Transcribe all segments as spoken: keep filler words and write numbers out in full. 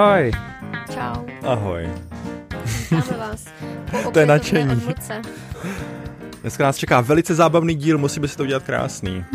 Ahoj. Čau. Ahoj. Vítáme vás. To je nadšení. Dneska nás čeká velice zábavný díl, musíme si to udělat krásný.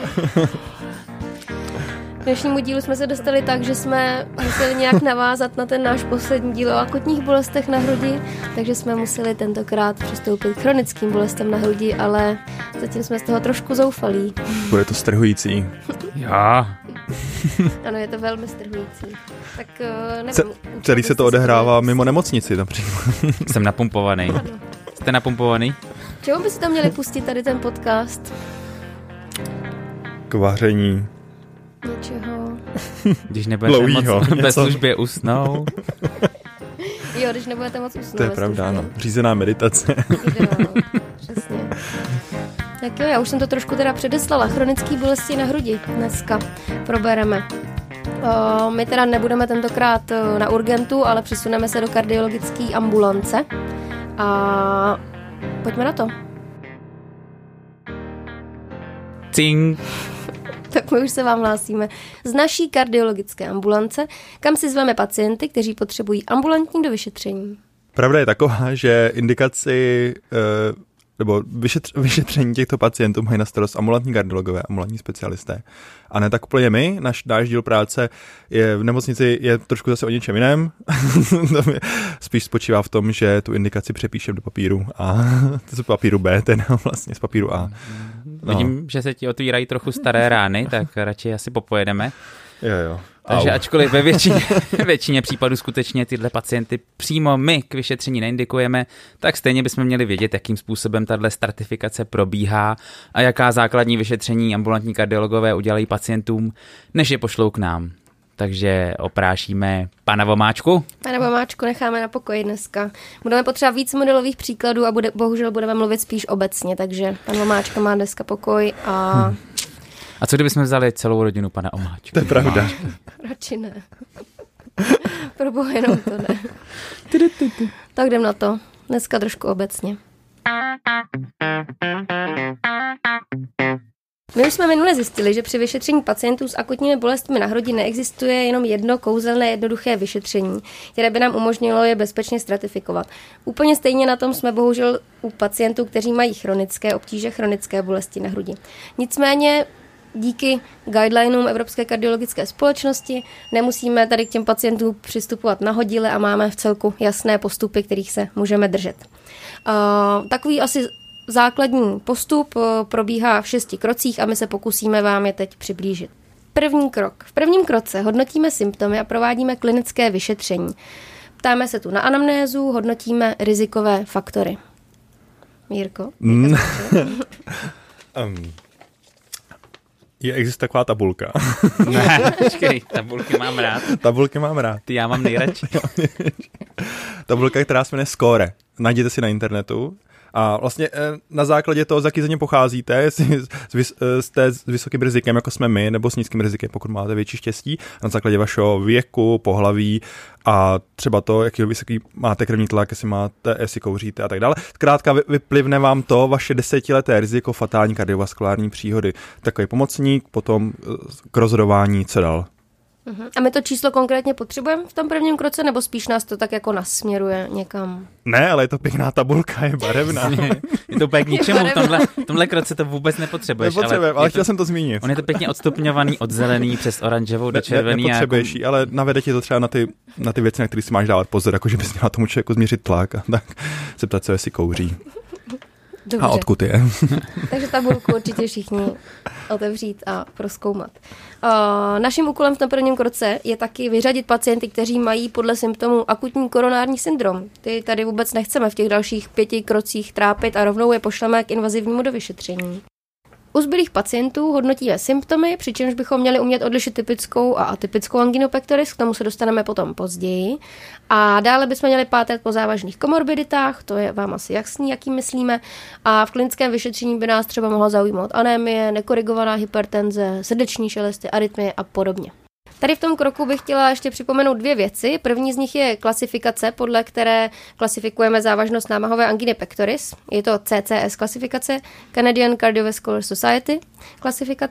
K dnešnímu dílu jsme se dostali tak, že jsme museli nějak navázat na ten náš poslední díl o akutních bolestech na hrudi, takže jsme museli tentokrát přistoupit k chronickým bolestem na hrudi, ale zatím jsme z toho trošku zoufalí. Bude to strhující. Já. Ano, je to velmi strhující. Tak nevím. Ce- celý se to odehrává mimo nemocnici například. Jsem napumpovaný. Ano. Jste napumpovaný? Čemu by si to měli pustit tady ten podcast? K vaření. Něčeho. Když nebudete Dlouhýho, moc něco. ve službě usnout. Jo, když nebudete moc usnout. To je pravda, ano. Řízená meditace. Ideál, přesně. Tak jo, já už jsem to trošku teda předeslala. Chronické bolesti na hrudi dneska probereme. O, my teda nebudeme tentokrát na urgentu, ale přesuneme se do kardiologické ambulance. A pojďme na to. Cing. Tak my už se vám hlásíme z naší kardiologické ambulance, kam si zveme pacienty, kteří potřebují ambulantní do vyšetření. Pravda je taková, že indikaci uh, nebo vyšetř, vyšetření těchto pacientů mají na starost ambulantní kardiologové, ambulantní specialisté. A ne tak úplně my, náš, náš díl práce je v nemocnici je trošku zase o něčem jiném. Spíš spočívá v tom, že tu indikaci přepíšem do papíru A. To z papíru B, ten vlastně z papíru A. No. Vidím, že se ti otvírají trochu staré rány, tak radši asi popojedeme. Jo, jo. Takže Au. ačkoliv ve většině, většině případů skutečně tyhle pacienty přímo my k vyšetření neindikujeme, tak stejně bychom měli vědět, jakým způsobem tahle stratifikace probíhá a jaká základní vyšetření ambulantní kardiologové udělají pacientům, než je pošlou k nám. Takže oprášíme pana Vomáčku. Pana Vomáčku necháme na pokoji dneska. Budeme potřebovat víc modelových příkladů a bude, bohužel budeme mluvit spíš obecně, takže pan Vomáčka má dneska pokoj a... Hmm. A co kdybychom vzali celou rodinu pana Omáčka? To je pravda. Radši ne. Proboha, jenom to ne. Tak jdem na to. Dneska trošku obecně. My už jsme minule zjistili, že při vyšetření pacientů s akutními bolestmi na hrudi neexistuje jenom jedno kouzelné jednoduché vyšetření, které by nám umožnilo je bezpečně stratifikovat. Úplně stejně na tom jsme bohužel u pacientů, kteří mají chronické obtíže, chronické bolesti na hrudi. Nicméně díky guidelineům Evropské kardiologické společnosti nemusíme tady k těm pacientům přistupovat nahodile a máme v celku jasné postupy, kterých se můžeme držet. Uh, takový asi základní postup probíhá v šesti krocích a my se pokusíme vám je teď přiblížit. První krok. V prvním kroce hodnotíme symptomy a provádíme klinické vyšetření. Ptáme se tu na anamnézu, hodnotíme rizikové faktory. Mírko? Mm. um. Je existuje taková tabulka. Ne, počkej, tabulky mám rád. Tabulky mám rád. Ty já mám nejradši. Tabulka, která se jmenuje Score. Najděte si na internetu. A vlastně na základě toho, z jaký země pocházíte, jestli jste s vysokým rizikem, jako jsme my, nebo s nízkým rizikem, pokud máte větší štěstí, na základě vašeho věku, pohlaví a třeba to, jaký vysoký máte krevní tlak, jestli máte, jestli kouříte a tak dále. Zkrátka vyplivne vám to vaše desetileté riziko fatální kardiovaskulární příhody. Takový pomocník, potom k rozhodování, co dál. A my to číslo konkrétně potřebujeme v tom prvním kroce, nebo spíš nás to tak jako nasměruje někam? Ne, ale je to pěkná tabulka, je barevná. Je to úplně k ničemu, v tomhle, v tomhle kroce to vůbec nepotřebuješ. Nepotřebujeme, ale, ale chtěl to, jsem to zmínit. On je to pěkně odstupňovaný od zelený přes oranžovou do červený. Ne, nepotřebuješ jí, ale navede ti to třeba na ty, na ty věci, na které si máš dávat pozor, jako že bys měla tomu člověku změřit tlak a tak se ptát se, jestli kouří. Dobře. A odkud je. Takže tabulku určitě všichni otevřít a prozkoumat. Uh, naším úkolem v tom prvním kroce je taky vyřadit pacienty, kteří mají podle symptomů akutní koronární syndrom. Ty tady vůbec nechceme v těch dalších pěti krocích trápit a rovnou je pošleme k invazivnímu dovyšetření. U zbylých pacientů hodnotíme symptomy, přičemž bychom měli umět odlišit typickou a atypickou anginu pectoris, k tomu se dostaneme potom později. A dále bychom měli pátrat po závažných komorbiditách, to je vám asi jasný, jaký myslíme. A v klinickém vyšetření by nás třeba mohla zaujmout anémie, nekorigovaná hypertenze, srdeční šelesty, arytmie a podobně. Tady v tom kroku bych chtěla ještě připomenout dvě věci. První z nich je klasifikace, podle které klasifikujeme závažnost námahové anginy pectoris. Je to C C S klasifikace, Canadian Cardiovascular Society klasifikace.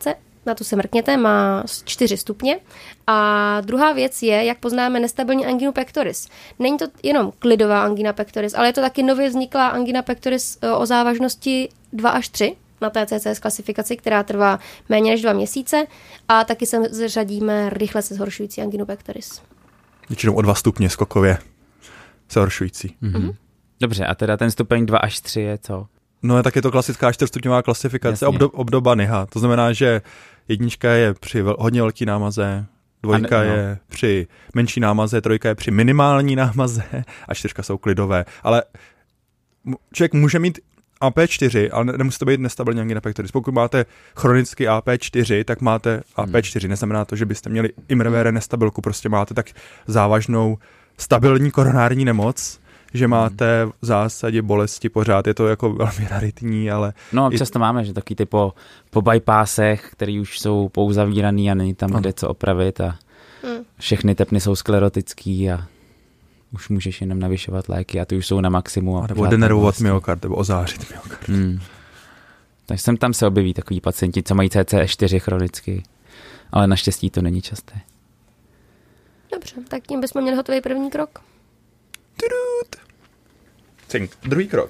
na tu se mrkněte, má čtyři stupně. A druhá věc je, jak poznáme nestabilní anginu pectoris. Není to jenom klidová angina pectoris, ale je to taky nově vzniklá angina pectoris o závažnosti dva až tři na té C C S klasifikaci, která trvá méně než dva měsíce a taky se zařadíme rychle se zhoršující anginu pectoris. Většinou o dva stupně skokově se horšující. Mm-hmm. Dobře, a teda ten stupeň dva až tři je co? No, tak je to klasická čtyřstupňová klasifikace, obdob, obdoba N I H A. To znamená, že jednička je při vel, hodně velký námaze, dvojka ne, no. je při menší námaze, trojka je při minimální námaze a čtyřka jsou klidové. Ale člověk může mít A P čtyři, ale nemusí to být nestabilní angina pectoris. Pokud máte chronicky A P čtyři, tak máte A P čtyři. Neznamená to, že byste měli imrevére nestabilku, prostě máte tak závažnou stabilní koronární nemoc, že máte v zásadě bolesti pořád. Je to jako velmi raritní, ale... No, často i... máme, že taky ty po, po bypassech, který už jsou pouzavíraný a není tam ano. kde co opravit a všechny tepny jsou sklerotický a už můžeš jenom navyšovat léky a ty už jsou na maximum. A nebo denervovat vlastně. myokard, nebo ozářit myokard. Hmm. Takže sem tam se objeví takový pacienti, co mají C C čtyři chronicky, ale naštěstí to není časté. Dobře, tak tím bychom měli hotový první krok. Tudut. Cink. Druhý krok.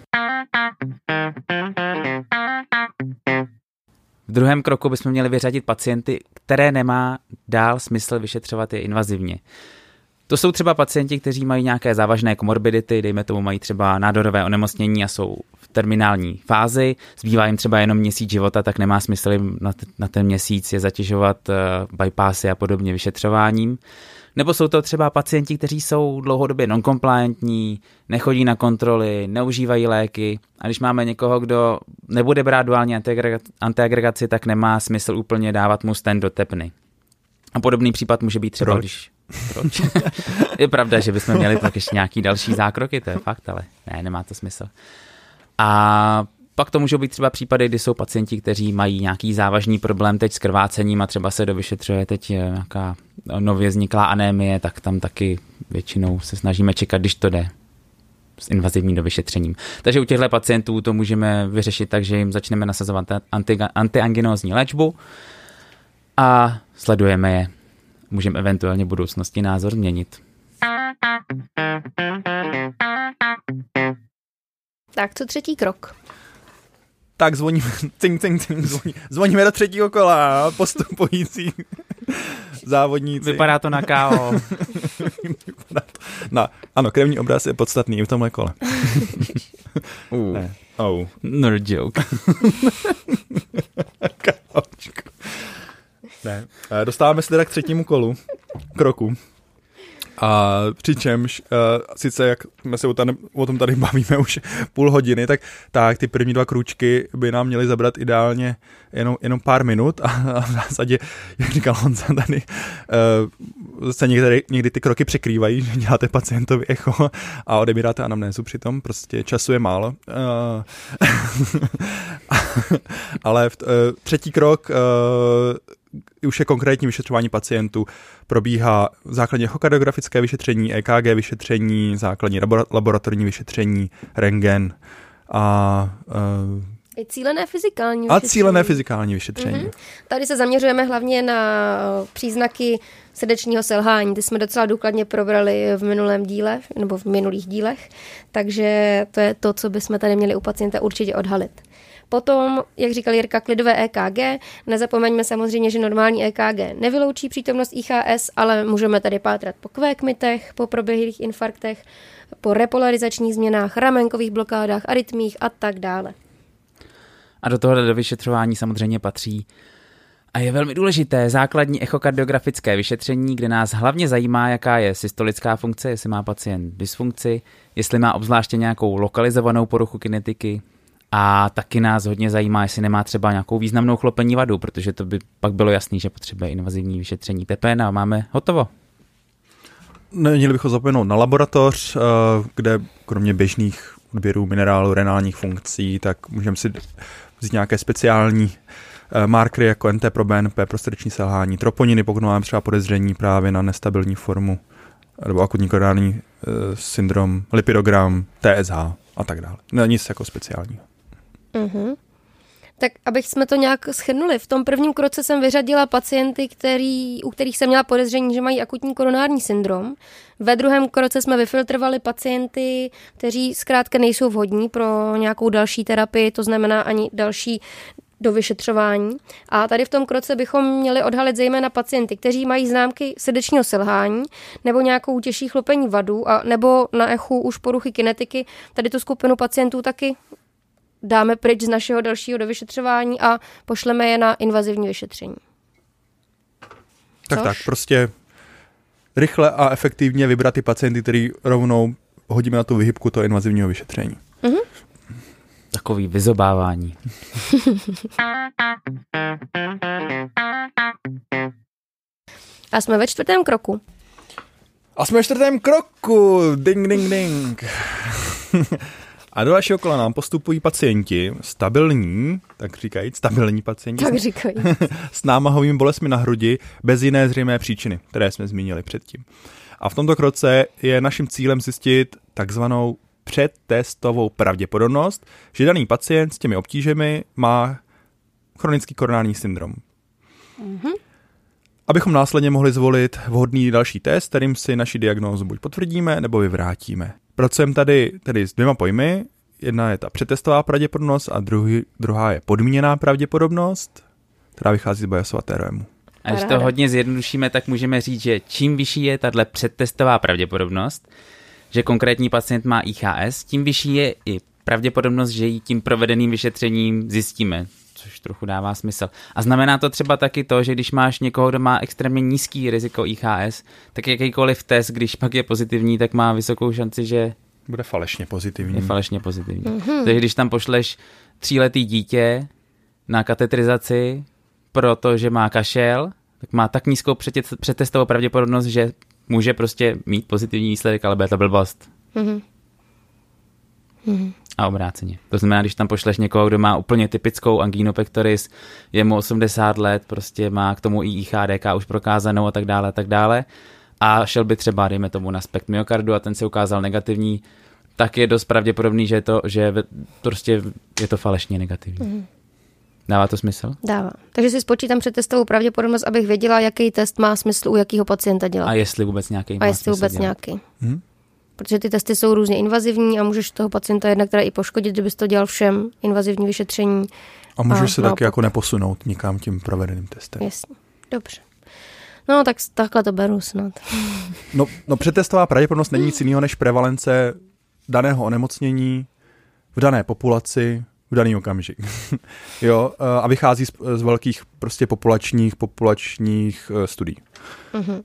V druhém kroku bychom měli vyřadit pacienty, které nemá dál smysl vyšetřovat je invazivně. To jsou třeba pacienti, kteří mají nějaké závažné komorbidity, dejme tomu mají třeba nádorové onemocnění a jsou v terminální fázi, zbývá jim třeba jenom měsíc života, tak nemá smysl jim na, t- na ten měsíc je zatěžovat uh, bypassy a podobně vyšetřováním. Nebo jsou to třeba pacienti, kteří jsou dlouhodobě non-compliantní, nechodí na kontroly, neužívají léky a když máme někoho, kdo nebude brát duální antiagregaci, tak nemá smysl úplně dávat mu stent do tepny. A podobný případ může být třeba, Proč? když... Proč? Je pravda, že bychom měli pak ještě nějaký další zákroky, to je fakt, ale ne, nemá to smysl. A pak to můžou být třeba případy, kdy jsou pacienti, kteří mají nějaký závažný problém teď s krvácením a třeba se dovyšetřuje teď nějaká nově vzniklá anémie, tak tam taky většinou se snažíme čekat, když to jde s invazivním dovyšetřením. Takže u těchto pacientů to můžeme vyřešit tak, že jim začneme nasazovat anti, antianginózní léčbu a sledujeme je. Můžeme eventuálně v budoucnosti názor měnit. Tak, co třetí krok? Tak zvoníme, cing, cing, cing, zvoní, zvoníme do třetího kola, postupující závodníci. Vypadá to na K O. Vypadá to na, ano, krevní obraz je podstatný i v tomhle kole. uh. Ne. Oh. Nerd joke. Ne. Dostáváme se teda k třetímu kolu, kroku. A přičemž, uh, sice jak jsme se o, tady, o tom tady bavíme už půl hodiny, tak, tak ty první dva krůčky by nám měly zabrat ideálně jenom, jenom pár minut a, a v zásadě, jak říkal Honza tady, uh, se někdy, někdy ty kroky překrývají, že děláte pacientovi echo a odebíráte anamnézu přitom, prostě času je málo. Uh, ale v, uh, třetí krok uh, už je konkrétní vyšetřování pacientů. Probíhá základně echokardiografické vyšetření, E K G vyšetření, základní laboratorní vyšetření, rentgen a... Uh, I cílené fyzikální a vyšetření. cílené fyzikální vyšetření. Mm-hmm. Tady se zaměřujeme hlavně na příznaky srdečního selhání. Ty jsme docela důkladně probrali v minulém díle, nebo v minulých dílech, takže to je to, co bychom tady měli u pacienta určitě odhalit. Potom, jak říkal Jirka, klidové E K G. Nezapomeňme samozřejmě, že normální E K G nevyloučí přítomnost I H S, ale můžeme tady pátrat po kvékmitech, po proběhlých infarktech, po repolarizačních změnách, ramenkových blokádách, arytmích a tak dále. A do tohohle vyšetřování samozřejmě patří a je velmi důležité základní echokardiografické vyšetření, kde nás hlavně zajímá, jaká je systolická funkce, jestli má pacient dysfunkci, jestli má obzvláště nějakou lokalizovanou poruchu kinetiky. A taky nás hodně zajímá, jestli nemá třeba nějakou významnou chlopení vadu, protože to by pak bylo jasný, že potřebuje invazivní vyšetření tepen a máme hotovo. Měli bychom zapomenout na laboratoř, kde kromě běžných odběrů minerálu, renálních funkcí, tak můžeme si vzít nějaké speciální markery jako N T pro B N P, pro srdeční selhání, troponiny, pokud máme třeba podezření právě na nestabilní formu, nebo akutní koronární syndrom, lipidogram, T S H a tak dále. No, nic jako speciálního. Uh-huh. Tak abych jsme to nějak shrnuli, v tom prvním kroce jsem vyřadila pacienty, který, u kterých jsem měla podezření, že mají akutní koronární syndrom. Ve druhém kroce jsme vyfiltrovali pacienty, kteří zkrátka nejsou vhodní pro nějakou další terapii, to znamená ani další do vyšetřování. A tady v tom kroce bychom měli odhalit zejména pacienty, kteří mají známky srdečního selhání nebo nějakou těžší chlopení vadu a nebo na echu už poruchy kinetiky. Tady tu skupinu pacientů taky dáme pryč z našeho dalšího do vyšetřování a pošleme je na invazivní vyšetření. Tak Což? tak, prostě rychle a efektivně vybrat ty pacienty, který rovnou hodíme na tu vyhybku toho invazivního vyšetření. Mhm. Takový vyzobávání. A jsme ve čtvrtém kroku. A jsme ve čtvrtém kroku. Ding, ding, ding. A do dalšího kola nám postupují pacienti stabilní, tak říkají, stabilní pacienti. Tak říkají. S námahovými bolestmi na hrudi bez jiné zřejmé příčiny, které jsme zmínili předtím. A v tomto kroce je naším cílem zjistit takzvanou předtestovou pravděpodobnost, že daný pacient s těmi obtížemi má chronický koronární syndrom. Mm-hmm. Abychom následně mohli zvolit vhodný další test, kterým si naši diagnózu buď potvrdíme, nebo vyvrátíme. Pracujeme tady tedy s dvěma pojmy. Jedna je ta předtestová pravděpodobnost a druhý, druhá je podmíněná pravděpodobnost, která vychází z Bayesova teoremu. A když to hodně zjednodušíme, tak můžeme říct, že čím vyšší je tahle předtestová pravděpodobnost, že konkrétní pacient má I H S, tím vyšší je i pravděpodobnost, že ji tím provedeným vyšetřením zjistíme, což trochu dává smysl. A znamená to třeba taky to, že když máš někoho, kdo má extrémně nízký riziko I H S, tak jakýkoliv test, když pak je pozitivní, tak má vysokou šanci, že bude falešně pozitivní. Je falešně pozitivní. Mm-hmm. Takže když tam pošleš tříletý dítě na katetrizaci, protože má kašel, tak má tak nízkou předtestovou pravděpodobnost, že může prostě mít pozitivní výsledek, ale bude to blbost. Mm-hmm. Mm-hmm. A obráceně. To znamená, když tam pošleš někoho, kdo má úplně typickou angínu pectoris, je mu osmdesát let, prostě má k tomu i I H D K už prokázanou a tak dále, a tak dále. A šel by třeba, dejme tomu, na spekt myokardu a ten se ukázal negativní, tak je dost pravděpodobný, že, je to, že prostě je to falešně negativní. Mm-hmm. Dává to smysl? Dává. Takže si spočítám předtestovou pravděpodobnost, abych věděla, jaký test má smysl u jakého pacienta dělat. A jestli vůbec nějaký A jestli vůbec dělat. nějaký. Hmm? Protože ty testy jsou různě invazivní a můžeš toho pacienta jednak teda i poškodit, kdybys to dělal všem invazivní vyšetření. A můžeš a se taky jako neposunout nikam tím provedeným testem. Jasně. Dobře. No tak takhle to beru snad. No, no předtestová pravděpodobnost není nic jiného než prevalence daného onemocnění v dané populaci v daný okamžik. Jo, a vychází z, z velkých prostě populačních, populačních uh, studií. Uh-huh.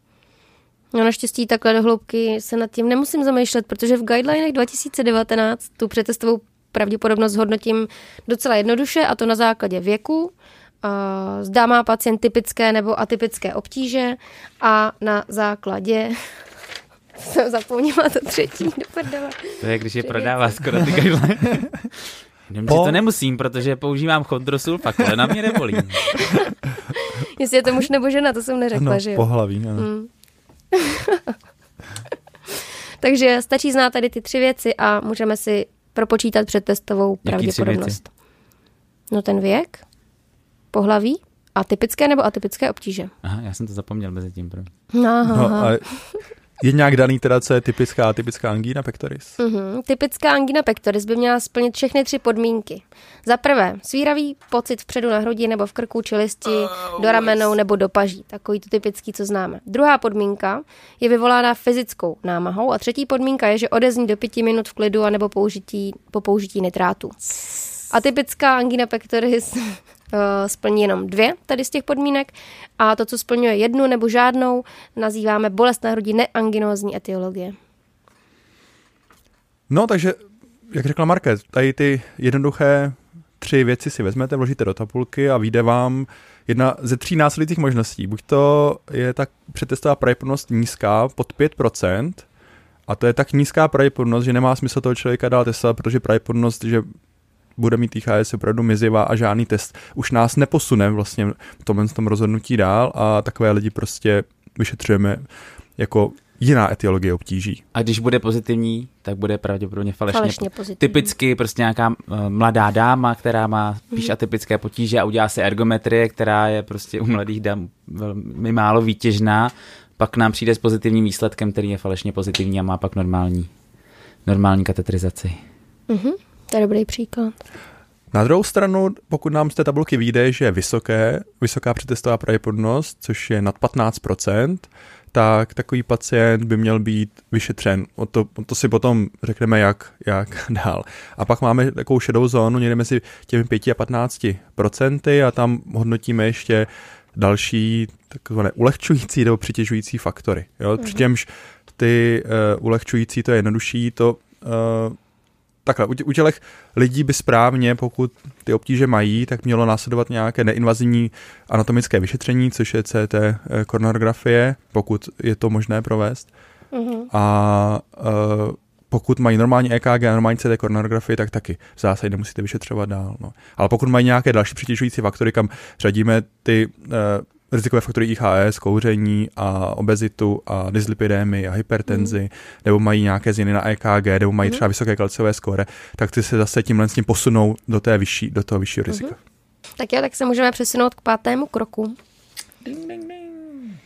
No naštěstí takhle do hloubky se nad tím nemusím zamýšlet, protože v guidelinech dva tisíce devatenáct tu předtestovou pravděpodobnost hodnotím docela jednoduše, a to na základě věku, zda má pacient typické nebo atypické obtíže a na základě jsem zapomněla to třetí, do prdele. To je, když je prodává skoro ty guideline. Jenom, po... že to nemusím, protože používám chondrosulfak, ale na mě nebolí. Jestli je to muž nebo žena, to jsem neřekla, ano, že jo? pohlaví, ano. Mm. Takže stačí znát tady ty tři věci a můžeme si propočítat předtestovou pravděpodobnost. No ten věk, pohlaví a typické nebo atypické obtíže. Aha, já jsem to zapomněl mezi tím. Aha. No, a je nějak daný teda, co je typická atypická angína pectoris? Uh-huh. Typická angína pectoris by měla splnit všechny tři podmínky. Za prvé, svíravý pocit vpředu na hrudi nebo v krku, čelisti, oh, do ramenou nebo do paží. Takový to typický, co známe. Druhá podmínka je vyvolána fyzickou námahou a třetí podmínka je, že odezní do pěti minut v klidu anebo použití, po použití nitrátu. Atypická angína pectoris splní jenom dvě tady z těch podmínek a to, co splňuje jednu nebo žádnou, nazýváme bolest na hrudi neanginózní etiologie. No, takže, jak řekla Markéta, tady ty jednoduché tři věci si vezmete, vložíte do tabulky a vyjde vám jedna ze tří následujících možností. Buď to je tak předtestová pravděpodobnost nízká, pod pět procent, a to je tak nízká pravděpodobnost, že nemá smysl toho člověka dál testovat, protože pravděpodobnost, že bude mít I H S opravdu mizivá a žádný test už nás neposune vlastně v tomhle tom rozhodnutí dál a takové lidi prostě vyšetřujeme jako jiná etiologie obtíží. A když bude pozitivní, tak bude pravděpodobně falešně, falešně pozitivní. Typicky prostě nějaká uh, mladá dáma, která má spíš mm. atypické potíže a udělá si ergometrie, která je prostě u mladých dám velmi málo výtěžná, pak nám přijde s pozitivním výsledkem, který je falešně pozitivní a má pak normální, normální katetrizaci. Mm-hmm. To je dobrý příklad. Na druhou stranu, pokud nám z té tabulky vyjde, že je vysoké, vysoká předtestová pravděpodobnost, což je nad patnáct procent, tak takový pacient by měl být vyšetřen. O to, o to si potom řekneme, jak, jak dál. A pak máme takovou šedou zónu někde mezi těmi pěti a patnácti procenty a tam hodnotíme ještě další takzvané ulehčující nebo přitěžující faktory. Jo? Mm. Přičemž ty uh, ulehčující, to je jednodušší, to uh, takhle, u těch lidí by správně, pokud ty obtíže mají, tak mělo následovat nějaké neinvazivní anatomické vyšetření, což je C T koronarografie, pokud je to možné provést. Mm-hmm. A uh, pokud mají normální E K G a normální C T koronarografii, tak taky v zásadě nemusíte vyšetřovat dál. No. Ale pokud mají nějaké další přitěžující faktory, kam řadíme ty uh, rizikové faktory I H S, kouření a obezitu a dyslipidémii a hypertenzi, mm. nebo mají nějaké změny na E K G, nebo mají třeba vysoké kalciové skóre, tak ty se zase tímhle s tím posunou do, té vyšší, do toho vyššího rizika. Mm-hmm. Tak jo, tak se můžeme přesunout k pátému kroku. Ding, ding, ding.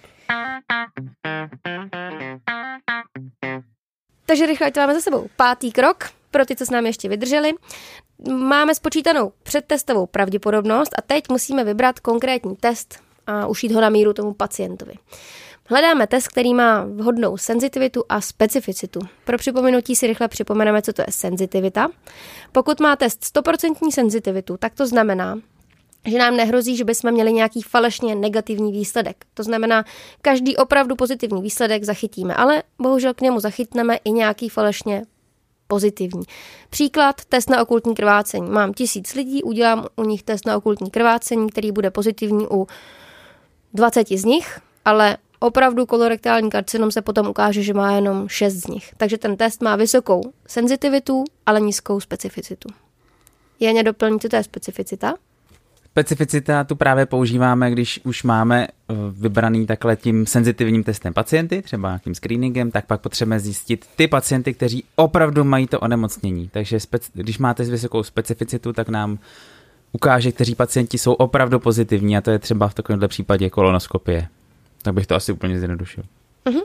Takže rychle to máme za sebou. Pátý krok, pro ty, co s námi ještě vydrželi. Máme spočítanou předtestovou pravděpodobnost a teď musíme vybrat konkrétní test a ušít ho na míru tomu pacientovi. Hledáme test, který má vhodnou senzitivitu a specificitu. Pro připomenutí si rychle připomeneme, co to je senzitivita. Pokud má test sto procent senzitivitu, tak to znamená, že nám nehrozí, že bychom měli nějaký falešně negativní výsledek. To znamená, každý opravdu pozitivní výsledek zachytíme, ale bohužel k němu zachytneme i nějaký falešně pozitivní. Příklad, test na okultní krvácení. Mám tisíc lidí, udělám u nich test na okultní krvácení, který bude pozitivní u dvacet z nich, ale opravdu kolorektální karcinom se potom ukáže, že má jenom šest z nich. Takže ten test má vysokou senzitivitu, ale nízkou specificitu. Janě, doplní, co to je specificita? Specificita tu právě používáme, když už máme vybraný takhle tím senzitivním testem pacienty, třeba tím screeningem, tak pak potřebujeme zjistit ty pacienty, kteří opravdu mají to onemocnění. Takže speci- když máte vysokou specificitu, tak nám ukáže, kteří pacienti jsou opravdu pozitivní a to je třeba v takovémhle případě kolonoskopie. Tak bych to asi úplně zjednodušil. Uh-huh.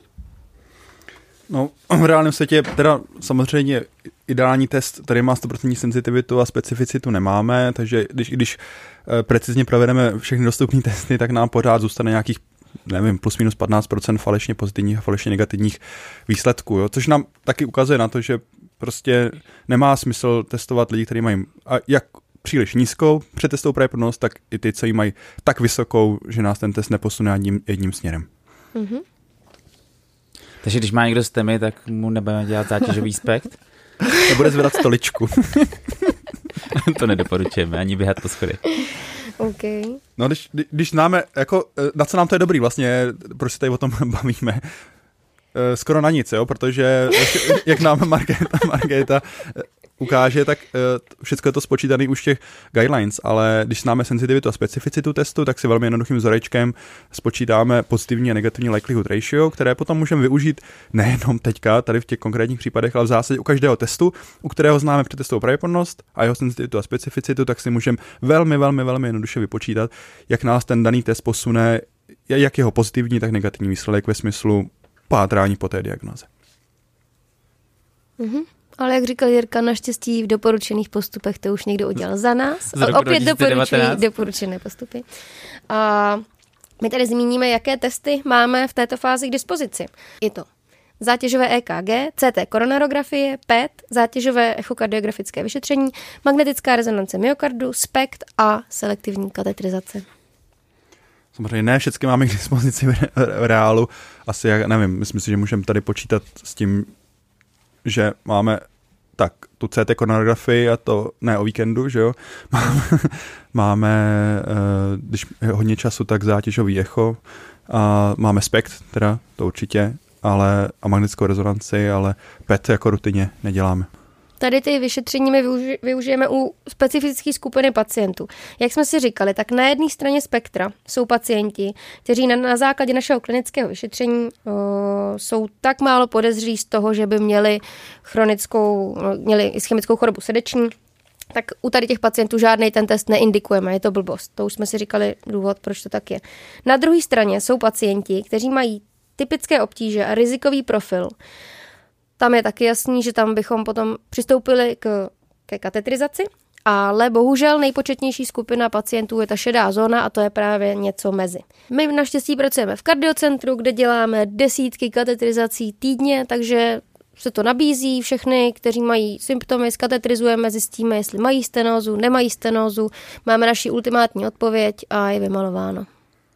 No, v reálném světě teda samozřejmě ideální test, který má sto procent senzitivitu a specificitu nemáme, takže když, když precizně provedeme všechny dostupné testy, tak nám pořád zůstane nějakých, nevím, plus minus patnáct procent falešně pozitivních a falešně negativních výsledků, jo? Což nám taky ukazuje na to, že prostě nemá smysl testovat lidi, kteří mají a jak příliš nízkou předtestovou pravděpodobnost, tak i ty, co ji mají tak vysokou, že nás ten test neposune jedním, jedním směrem. Mm-hmm. Takže když má někdo STEMI, tak mu nebudeme dělat zátěžový spekt? Nebude zvedat stoličku. To nedoporučujeme, ani běhat po schodech. Okay. No, když, když známe, jako, na co nám to je dobrý vlastně, proč se tady o tom bavíme, skoro na nic, jo, protože jak nám Markéta, Markéta ukáže, tak uh, všechno je to spočítané už v těch guidelines, ale když známe senzitivitu a specificitu testu, tak si velmi jednoduchým vzorečkem spočítáme pozitivní a negativní likelihood ratio, které potom můžeme využít nejenom teďka, tady v těch konkrétních případech, ale v zásadě u každého testu, u kterého známe předtestovou pravděpodobnost a jeho senzitivitu a specificitu, tak si můžeme velmi, velmi, velmi jednoduše vypočítat, jak nás ten daný test posune, jak jeho pozitivní, tak negativní výsledek ve smyslu pátrání po té diagnoze. Mhm. Ale jak říkal Jirka, naštěstí v doporučených postupech to už někdo udělal za nás. Za Opět doporučují doporučené postupy. A my tady zmíníme, jaké testy máme v této fázi k dispozici. Je to zátěžové E K G, C T koronarografie, P E T, zátěžové echokardiografické vyšetření, magnetická rezonance myokardu, SPECT a selektivní katetrizace. Samozřejmě ne, všechny máme k dispozici v reálu. Asi, já nevím, myslím si, že můžeme tady počítat s tím, že máme tak tu C T koronarografii a to ne o víkendu, že jo. Máme, máme když je hodně času, tak zátěžový echo a máme SPECT, teda to určitě, ale a magnetickou rezonanci, ale P E T jako rutině neděláme. Tady ty vyšetření my využi- využijeme u specifické skupiny pacientů. Jak jsme si říkali, tak na jedné straně spektra jsou pacienti, kteří na, na základě našeho klinického vyšetření o, jsou tak málo podezří z toho, že by měli chronickou, měli ischemickou chorobu srdeční, tak u tady těch pacientů žádný ten test neindikujeme, je to blbost. To už jsme si říkali důvod, proč to tak je. Na druhé straně jsou pacienti, kteří mají typické obtíže a rizikový profil. Tam je taky jasný, že tam bychom potom přistoupili k, ke katetrizaci, ale bohužel nejpočetnější skupina pacientů je ta šedá zóna a to je právě něco mezi. My naštěstí pracujeme v kardiocentru, kde děláme desítky katetrizací týdně, takže se to nabízí, všechny, kteří mají symptomy, skatetrizujeme, zjistíme, jestli mají stenózu, nemají stenózu, máme naši ultimátní odpověď a je vymalováno.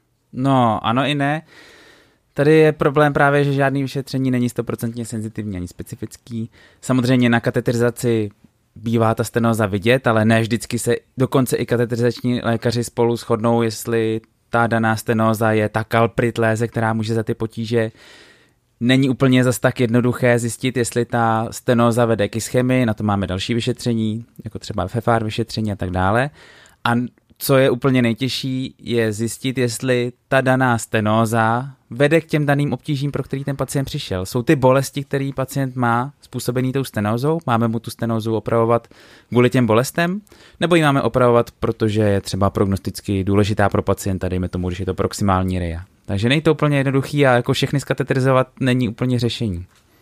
No, ano i ne. Tady je problém právě, že žádný vyšetření není stoprocentně senzitivní ani specifický. Samozřejmě na kateterizaci bývá ta stenóza vidět, ale ne vždycky se dokonce i kateterizační lékaři spolu shodnou, jestli ta daná stenóza je ta kalprit léze, která může za ty potíže. Není úplně zas tak jednoduché zjistit, jestli ta stenóza vede k ischemii, na to máme další vyšetření, jako třeba F F R vyšetření a tak dále. A co je úplně nejtěžší, je zjistit, jestli ta daná stenóza vede k těm daným obtížím, pro který ten pacient přišel. Jsou ty bolesti, který pacient má způsobený tou stenózou, máme mu tu stenózu opravovat kvůli těm bolestem, nebo ji máme opravovat, protože je třeba prognosticky důležitá pro pacienta, dejme tomu, když je to proximální ria. Takže není to úplně jednoduchý a jako všechny skatetrizovat není úplně řešení.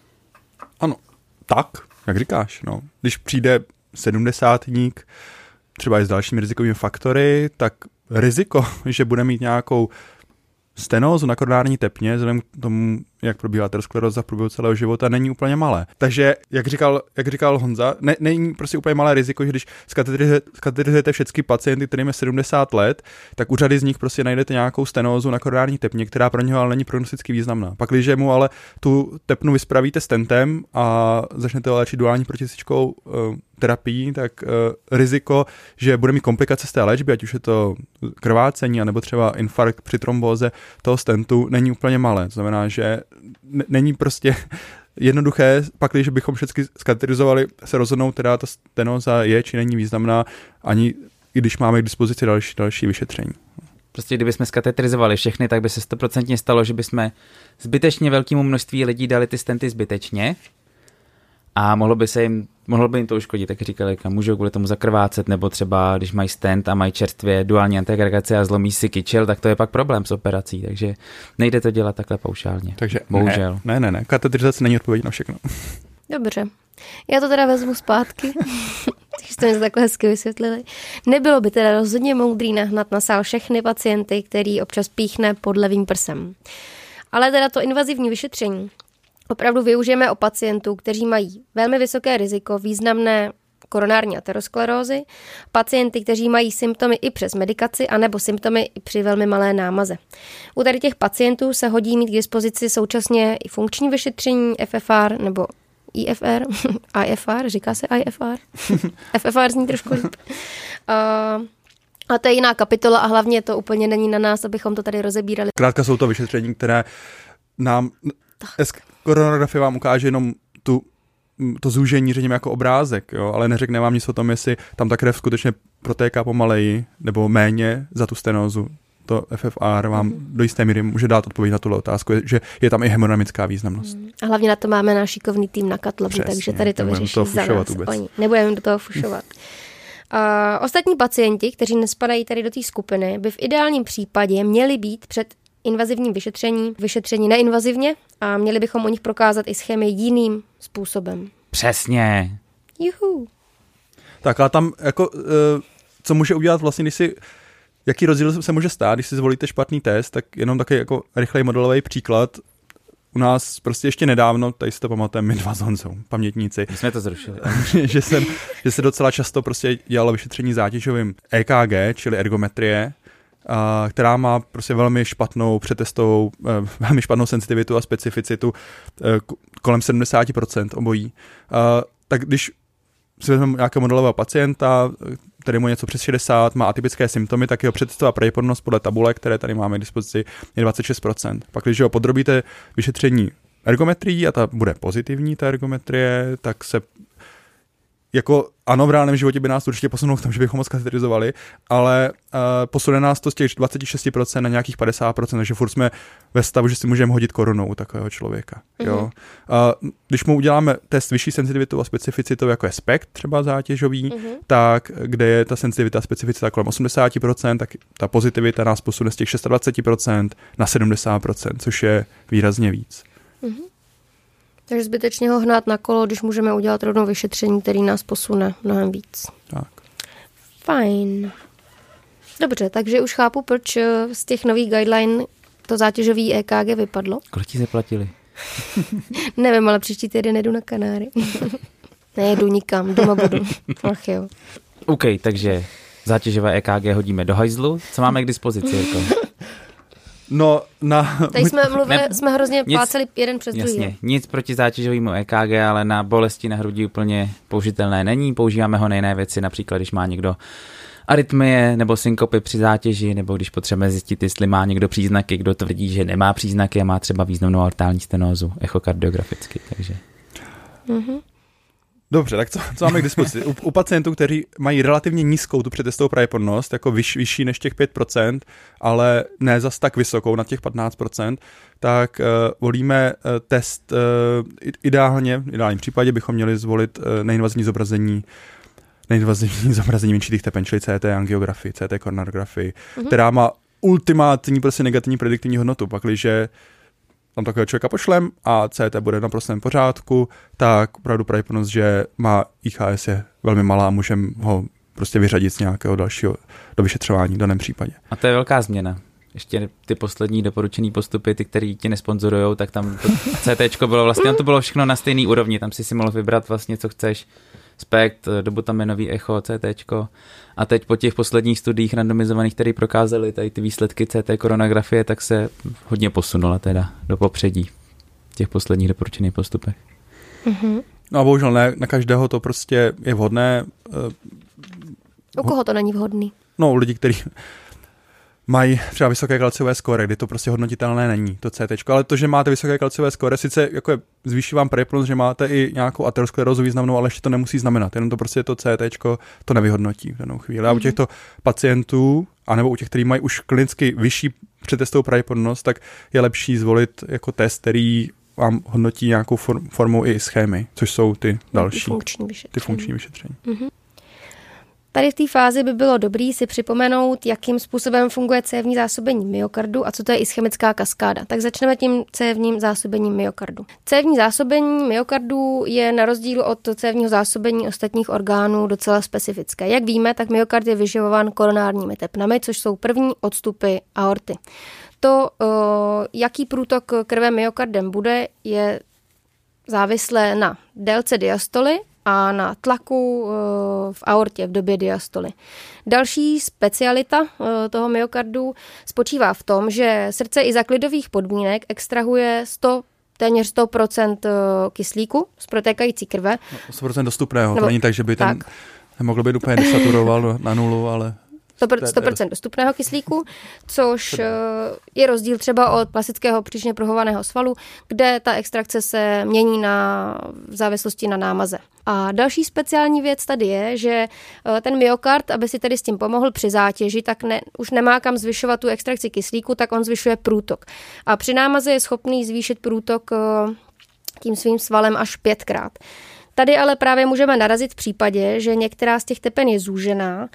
Ano, tak, jak říkáš, no. Když přijde sedmdesátník, třeba i s dalšími rizikovými faktory, tak riziko, že bude mít nějakou stenózu na koronární tepně, vzhledem k tomu, jak probíhá ateroskleróza v průběhu celého života, není úplně malé. Takže, jak říkal, jak říkal Honza, ne, není prostě úplně malé riziko, že když skateterizujete všechny pacienty, kterým je sedmdesát let, tak u řady z nich prostě najdete nějakou stenózu na koronární tepně, která pro něho ale není prognosticky významná. Pak, když mu ale tu tepnu vyspravíte stentem a začnete léčit duální protisečkou uh, terapii, tak uh, riziko, že bude mít komplikace z té léčby, ať už je to krvácení, anebo třeba infarkt při trombóze toho stentu, není úplně malé. To znamená, že není prostě jednoduché, pak když bychom všechny skaterizovali, se rozhodnout, teda ta stenóza je či není významná, ani i když máme k dispozici další, další vyšetření. Prostě kdybychom skatetrizovali všechny, tak by se stoprocentně stalo, že bychom zbytečně velkému množství lidí dali ty stenty zbytečně a mohlo by se jim, mohlo by jim to uškodit, tak říkali, že můžou kvůli tomu zakrvácet, nebo třeba když mají stent a mají čerstvě duální antiagregaci a zlomí si kyčel, tak to je pak problém s operací, takže nejde to dělat takhle paušálně. Takže bohužel. Ne, ne, ne, katetrizace není odpověď na všechno. Dobře. Já to teda vezmu zpátky, když jste mi to takhle hezky vysvětlili. Nebylo by teda rozhodně moudrý nahnat na sál všechny pacienty, který občas píchne pod levým prsem. Ale teda to invazivní vyšetření opravdu využijeme o pacientů, kteří mají velmi vysoké riziko významné koronární aterosklerózy, pacienty, kteří mají symptomy i přes medikaci, anebo symptomy i při velmi malé námaze. U tady těch pacientů se hodí mít k dispozici současně i funkční vyšetření F F R nebo I F R, I F R, říká se I F R, F F R zní trošku líp. Uh, a to je jiná kapitola a hlavně to úplně není na nás, abychom to tady rozebírali. Krátka jsou to vyšetření, které nám, koronografie vám ukáže jenom tu, to zúžení, řekněme, jako obrázek, jo, ale neřekne vám nic o tom, jestli tam ta krev skutečně protéká pomaleji nebo méně za tu stenózu. To F F R vám mm. do jisté míry může dát odpověď na tuhle otázku, že je tam i hemodynamická významnost. Mm. A hlavně na to máme náš šikovný tým na Katlabu, takže tady to vyřeší za nás. Oni. Nebudeme do toho fušovat. Uh, ostatní pacienti, kteří nespadají tady do té skupiny, by v ideálním případě měli být před invazivním vyšetření, vyšetření neinvazivně a měli bychom u nich prokázat ischemii jiným způsobem. Přesně. Juhu. Tak a tam jako, uh, co může udělat vlastně, když si jaký rozdíl se může stát, když si zvolíte špatný test, tak jenom takový jako rychlej modelový příklad. U nás prostě ještě nedávno, tady si to pamatujeme, my dva s Honzou, pamětníci. My jsme to zrušili. že, jsem, že se docela často prostě dělalo vyšetření zátěžovým E K G, čili ergometrie, a, která má prostě velmi špatnou přetestovou, velmi špatnou senzitivitu a specificitu, kolem sedmdesát procent obojí. A, tak když si vezmeme nějakého modelového pacienta, který mu něco přes šedesát, má atypické symptomy, tak jeho představová pravděpodobnost podle tabule, které tady máme k dispozici, je dvacet šest procent. Pak když ho podrobíte vyšetření ergometrií a ta bude pozitivní, ta ergometrie, tak se jako ano, v reálném životě by nás to určitě posunulo k tomu, že bychom moc kateterizovali, ale uh, posune nás to z těch dvacet šest procent na nějakých padesát procent, takže furt jsme ve stavu, že si můžeme hodit korunou u takového člověka. Mm-hmm. Jo? Uh, když mu uděláme test vyšší senzitivitou a specificitou, jako je SPECT třeba zátěžový, mm-hmm. tak kde je ta senzitivita a specificita kolem osmdesát procent, tak ta pozitivita nás posune z těch dvacet šest procent na sedmdesát procent, což je výrazně víc. Mm-hmm. Takže zbytečně ho hnát na kolo, když můžeme udělat rovnou vyšetření, který nás posune mnohem víc. Tak. Fajn. Dobře, takže už chápu, proč z těch nových guideline to zátěžový E K G vypadlo. Kolik ti zaplatili? Nevím, ale příští týden jedu na Kanáry. Nejedu nikam, doma budu. Ach jo. OK, takže zátěžové E K G hodíme do hajzlu. Co máme k dispozici, Jirko? No, na... Tady jsme mluvili, ne, jsme hrozně nic, pláceli jeden přes druhý. Jasně, nic proti zátěžovému E K G, ale na bolesti na hrudi úplně použitelné není. Používáme ho na jiné věci, například když má někdo arytmie nebo synkopy při zátěži, nebo když potřebujeme zjistit, jestli má někdo příznaky, kdo tvrdí, že nemá příznaky a má třeba významnou aortální stenózu echokardiograficky. Takže. Mm-hmm. Dobře, tak co, co máme k dispozici? U, u pacientů, kteří mají relativně nízkou tu předtestovou pravděpodobnost, jako vyš, vyšší než těch pět procent, ale ne zas tak vysokou, na těch patnáct procent, tak uh, volíme uh, test, uh, ideálně, v ideálním případě bychom měli zvolit uh, neinvazivní zobrazení neinvazivní zobrazení menších tepen, čili C T angiografii, C T koronarografii, mm-hmm. která má ultimátní prostě negativní prediktivní hodnotu, pakliže tam takového člověka pošlem a C T bude na prostém pořádku, tak opravdu pravděpodobnost, že má I H S je velmi malá a můžeme ho prostě vyřadit z nějakého dalšího do vyšetřování v daném případě. A to je velká změna. Ještě ty poslední doporučený postupy, ty, který ti nesponzorujou, tak tam to C T bylo vlastně, to bylo všechno na stejný úrovni, tam si si mohl vybrat vlastně, co chceš. SPECT, dobutaminový echo, C T. A teď po těch posledních studiích randomizovaných, které prokázaly tady ty výsledky C T koronografie, tak se hodně posunula teda do popředí v těch posledních doporučených postupech. Mm-hmm. No a bohužel ne, na každého to prostě je vhodné. U koho to není vhodný? No, u lidí, kteří mají třeba vysoké kalciové skóre, kdy to prostě hodnotitelné není, to C T, ale to, že máte vysoké kalciové skóre, sice jako je, zvýší vám pravděpodobnost, že máte i nějakou aterosklerózu významnou, ale ještě to nemusí znamenat, jenom to prostě to C T to nevyhodnotí v danou chvíli. A u těchto pacientů, anebo u těch, kteří mají už klinicky vyšší předtestovou pravděpodobnost, tak je lepší zvolit jako test, který vám hodnotí nějakou form, formou i schémy, což jsou ty další, ty funkční vyšetření. Ty funkční vyšetření. Mm-hmm. Tady v té fázi by bylo dobré si připomenout, jakým způsobem funguje cévní zásobení myokardu a co to je ischemická kaskáda. Tak začneme tím cévním zásobením myokardu. Cévní zásobení myokardu je na rozdíl od cévního zásobení ostatních orgánů docela specifické. Jak víme, tak myokard je vyživován koronárními tepnami, což jsou první odstupy aorty. To, jaký průtok krve myokardem bude, je závislé na délce diastoly a na tlaku v aortě v době diastoly. Další specialita toho myokardu spočívá v tom, že srdce i za klidových podmínek extrahuje sto, téměř sto procent kyslíku z protékající krve. No, sto procent dostupného, Nebo, to není tak, že by ten tak. nemohl být úplně desaturoval na nulu, ale... sto procent dostupného kyslíku, což je rozdíl třeba od klasického příčně pruhovaného svalu, kde ta extrakce se mění na, v závislosti na námaze. A další speciální věc tady je, že ten myokard, aby si tedy s tím pomohl při zátěži, tak ne, už nemá kam zvyšovat tu extrakci kyslíku, tak on zvyšuje průtok. A při námaze je schopný zvýšit průtok tím svým svalem až pětkrát. Tady ale právě můžeme narazit v případě, že některá z těch tepen je zúžená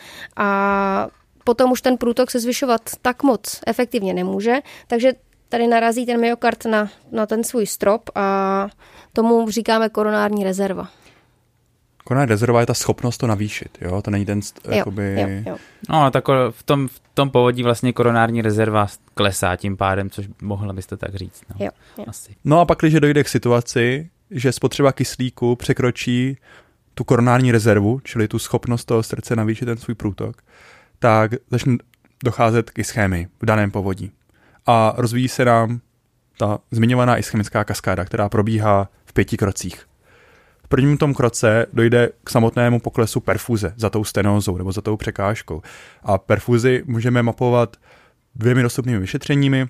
a potom už ten průtok se zvyšovat tak moc efektivně nemůže, takže tady narazí ten myokard na, na ten svůj strop a tomu říkáme koronární rezerva. Koronární rezerva je ta schopnost to navýšit, jo? To není ten, jo, jakoby... Jo, jo. No, tak v tom, v tom povodí vlastně koronární rezerva klesá tím pádem, což mohla byste tak říct. No, jo, jo. Asi. No a pak, když dojde k situaci, že spotřeba kyslíku překročí tu koronární rezervu, čili tu schopnost toho srdce navýšit ten svůj průtok, tak začne docházet k ischémii v daném povodí. A rozvíjí se nám ta zmiňovaná ischemická kaskáda, která probíhá v pěti krocích. V prvním tom kroce dojde k samotnému poklesu perfuze za tou stenózou nebo za tou překážkou. A perfuzi můžeme mapovat dvěmi dostupnými vyšetřeními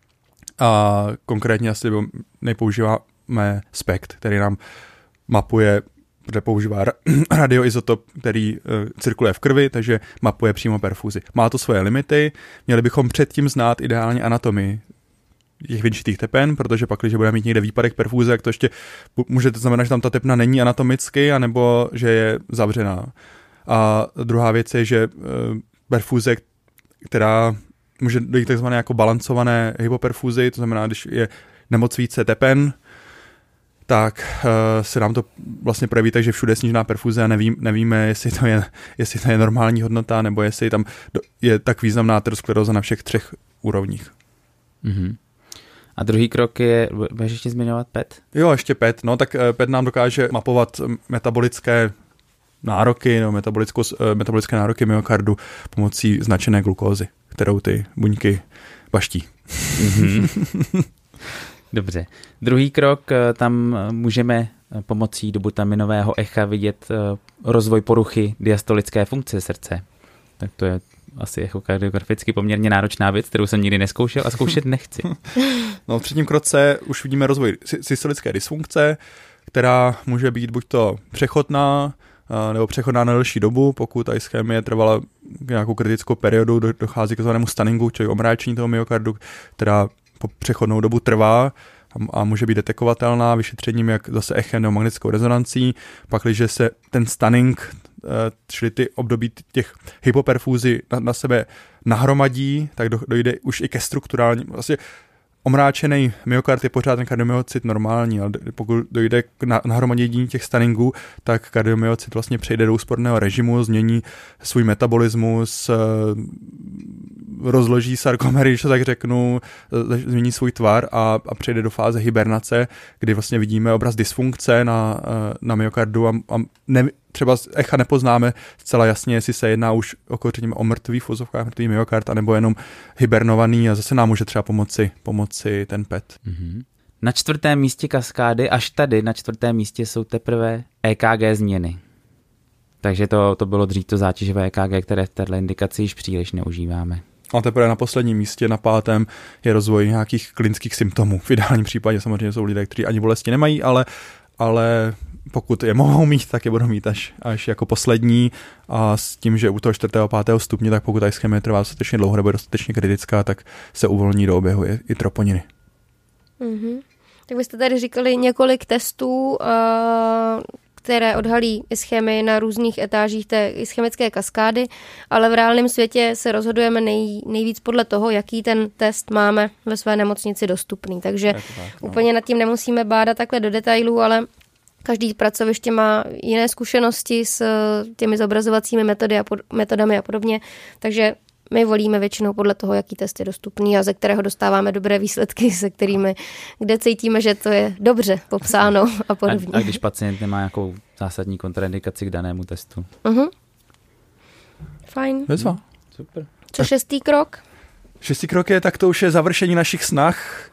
a konkrétně asi nejpoužíváme SPECT, který nám mapuje protože používá radioizotop, který uh, cirkuluje v krvi, takže mapuje přímo perfúzi. Má to svoje limity, měli bychom předtím znát ideálně anatomii těch vinčitých tepen, protože pak, když budeme mít někde výpadek perfúze, tak to ještě může to znamenat, že tam ta tepna není anatomicky, anebo že je zavřená. A druhá věc je, že uh, perfúze, která může dojít takzvané jako balancované hypoperfúzi, to znamená, když je nemoc více tepen, tak uh, se nám to vlastně projeví tak, že všude je snížená perfúze a nevím, nevíme, jestli to, je, jestli to je normální hodnota, nebo jestli tam je tak významná ateroskleróza na všech třech úrovních. Mm-hmm. A druhý krok je, budeš ještě zmiňovat P E T? Jo, ještě P E T. No, tak P E T nám dokáže mapovat metabolické nároky, no, metabolické nároky myokardu pomocí značené glukózy, kterou ty buňky baští. Mm-hmm. Dobře. Druhý krok, tam můžeme pomocí dobutaminového echa vidět rozvoj poruchy diastolické funkce srdce. Tak to je asi echokardiograficky poměrně náročná věc, kterou jsem nikdy neskoušel a zkoušet nechci. No, v třetím kroce už vidíme rozvoj systolické dysfunkce, která může být buď to přechodná, nebo přechodná na delší dobu, pokud ta ischémie trvala nějakou kritickou periodu, dochází k takzvanému stunningu, čili omráčení toho myokardu, která po přechodnou dobu trvá a může být detekovatelná vyšetřením jak zase echem nebo magnetickou rezonancí. Pak, když se ten stunning, čili ty období těch hypoperfúzí na, na sebe nahromadí, tak dojde už i ke strukturální, vlastně omráčený myokard je pořád ten kardiomyocyt normální, ale pokud dojde k nahromadění těch stunningů, tak kardiomyocyt vlastně přejde do úsporného režimu, změní svůj metabolismus, rozloží sarkomery, když to tak řeknu, změní svůj tvar a, a přejde do fáze hibernace, kdy vlastně vidíme obraz dysfunkce na, na myokardu a, a ne, třeba z echa nepoznáme zcela jasně, jestli se jedná už o, o mrtvý v uvozovkách, mrtvý myokard, anebo jenom hibernovaný a zase nám může třeba pomoci, pomoci ten P E T. Mm-hmm. Na čtvrtém místě kaskády, až tady na čtvrtém místě jsou teprve E K G změny. Takže to, to bylo dřív to zátěžové E K G, které v této indikaci již příliš neužíváme. A teprve na posledním místě, na pátém, je rozvoj nějakých klinických symptomů. V ideálním případě samozřejmě jsou lidé, kteří ani bolesti nemají, ale, ale pokud je mohou mít, tak je budou mít až, až jako poslední a s tím, že u toho čtvrtého, pátého stupně, tak pokud ta ischemie trvá dostatečně dlouho nebo je dostatečně kritická, tak se uvolní do oběhu i, i troponiny. Mm-hmm. Tak byste tady říkali několik testů, uh, které odhalí ischemii na různých etážích té ischemické kaskády, ale v reálném světě se rozhodujeme nej, nejvíc podle toho, jaký ten test máme ve své nemocnici dostupný. Takže tak, no. Úplně nad tím nemusíme bádat takhle do detailů, ale každý pracoviště má jiné zkušenosti s těmi zobrazovacími metody a pod, metodami a podobně, takže my volíme většinou podle toho, jaký test je dostupný a ze kterého dostáváme dobré výsledky, se kterými, kde cítíme, že to je dobře popsáno a podobně. A, a když pacient nemá nějakou zásadní kontraindikaci k danému testu? Uh-huh. Fajn. Bezva. Super. Co šestý krok? Šestý krok je, tak to už je završení našich snah.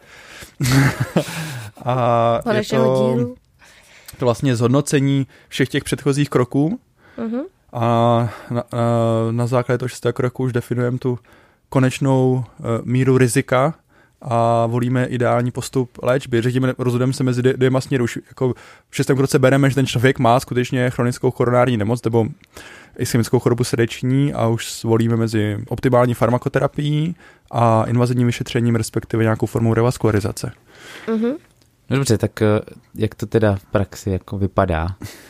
A o je to, dílu. to vlastně zhodnocení všech těch předchozích kroků. Uh-huh. A na, na, na základě toho šestého kroku už definujeme tu konečnou uh, míru rizika a volíme ideální postup léčby. Řekněme, rozhodujeme se mezi dvěma směry. Už jako v šestém kroce bereme, že ten člověk má skutečně chronickou koronární nemoc nebo ischemickou chorobu srdeční a už volíme mezi optimální farmakoterapií a invazivním vyšetřením, respektive nějakou formou revaskularizace. Uh-huh. No dobře, tak jak to teda v praxi jako vypadá?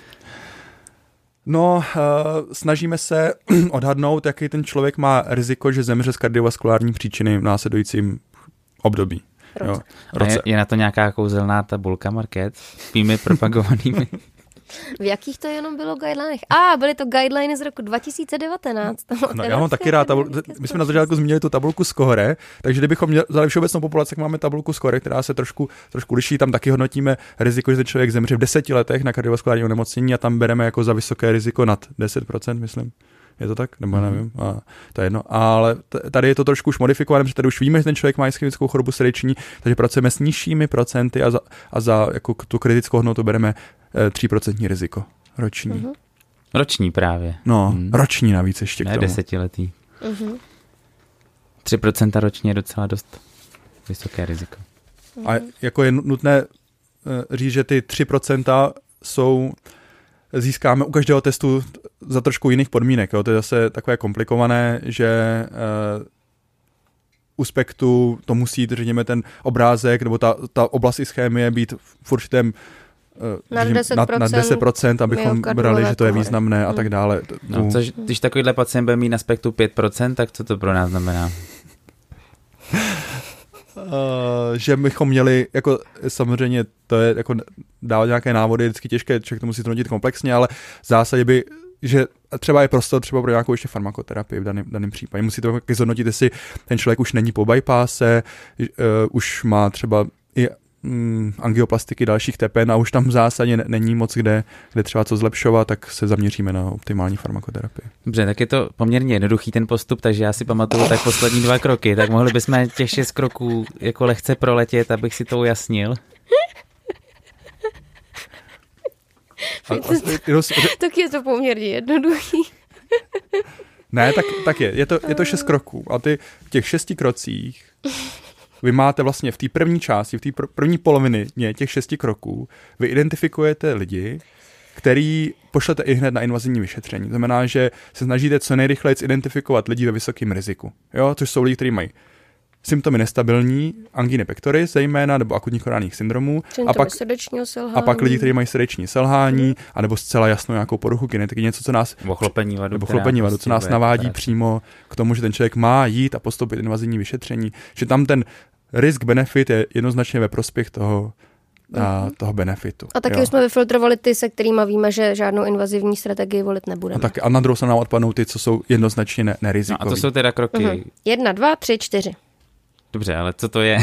No, uh, snažíme se odhadnout, jaký ten člověk má riziko, že zemře z kardiovaskulární příčiny v následujícím období. Roce. Jo, roce. Je, je na to nějaká kouzelná tabulka, Markéta, s tými propagovanými? V jakých to jenom bylo guidelinech? A, ah, byly to guideliny z roku dva tisíce devatenáct. No, já mám taky rád tabulku. My jsme na začátku zmínili tu tabulku Score, takže kdybychom vzali všeobecnou populaci, tak máme tabulku Score, která se trošku, trošku liší. Tam taky hodnotíme riziko, že ten člověk zemře v deseti letech na kardiovaskulární onemocnění a tam bereme jako za vysoké riziko nad deset procent, myslím. Je to tak? Nebo nevím. A to je jedno. Ale tady je to trošku už modifikované, protože tady už víme, že ten člověk má ischemickou chorobu srdeční, takže pracujeme s nižšími procenty a za, a za jako tu kritickou hodnotu bereme tři procenta riziko roční. Uh-huh. Roční právě. No, hmm. roční navíc ještě ne, k tomu. Ne, desetiletý. Uh-huh. tři procenta ročně je docela dost vysoké riziko. Uh-huh. A jako je nutné říct, že ty tři procenta jsou získáme u každého testu za trošku jiných podmínek. Jo. To je zase takové komplikované, že uh, u spektru to musí, řekněme, ten obrázek nebo ta, ta oblast ischémie být v určitém na deset procent, na, na deset procent, abychom brali, že to je významné a tak dále. No, což, když takovýhle pacient bude mít na spektru pět procent, tak co to pro nás znamená? Uh, že bychom měli, jako samozřejmě to je jako dávat nějaké návody, je vždycky těžké, člověk to musí to hodnotit komplexně, ale v zásadě by, že třeba je prostor třeba pro nějakou ještě farmakoterapii v daném, daném případě. Musí to taky zhodnotit, jestli ten člověk už není po bypasse, uh, už má třeba i mm, angioplastiky dalších tepen a už tam v zásadě ne, není moc kde, kde třeba co zlepšovat, tak se zaměříme na optimální farmakoterapii. Dobře, tak je to poměrně jednoduchý ten postup, takže já si pamatuju tak poslední dva kroky, tak mohli bychom těch šest kroků jako lehce proletět, abych si to ujasnil. A, a, tak je to poměrně jednoduchý. Ne, tak, tak je. Je to, je to šest kroků. A ty v těch šesti krocích vy máte vlastně v té první části, v té pr- první polovině těch šesti kroků, vy identifikujete lidi, který pošlete i hned na invazivní vyšetření. To znamená, že se snažíte co nejrychleji identifikovat lidi ve vysokém riziku. Jo? Což jsou lidi, kteří mají symptomy nestabilní, anginy pectoris zejména, nebo akutních koronárních syndromů. A pak, a pak lidi, kteří mají srdeční selhání, hmm. anebo zcela jasnou nějakou poruchu kinetiky, něco, co nás, nebo chlopení vadu, nebo chlopení vadu, co nás navádí práce. Přímo k tomu, že ten člověk má jít a postoupit invazivní vyšetření. Že tam ten risk-benefit je jednoznačně ve prospěch toho, a toho benefitu. A taky jo. Už jsme vyfiltrovali ty, se kterými víme, že žádnou invazivní strategii volit nebudeme. A, tak, a na druhou se nám odpadnou ty, co jsou jednoznačně ne- nerizikový. No a to jsou teda kroky. Uh-huh. Jedna, dva, tři, čtyři. Dobře, ale co to je?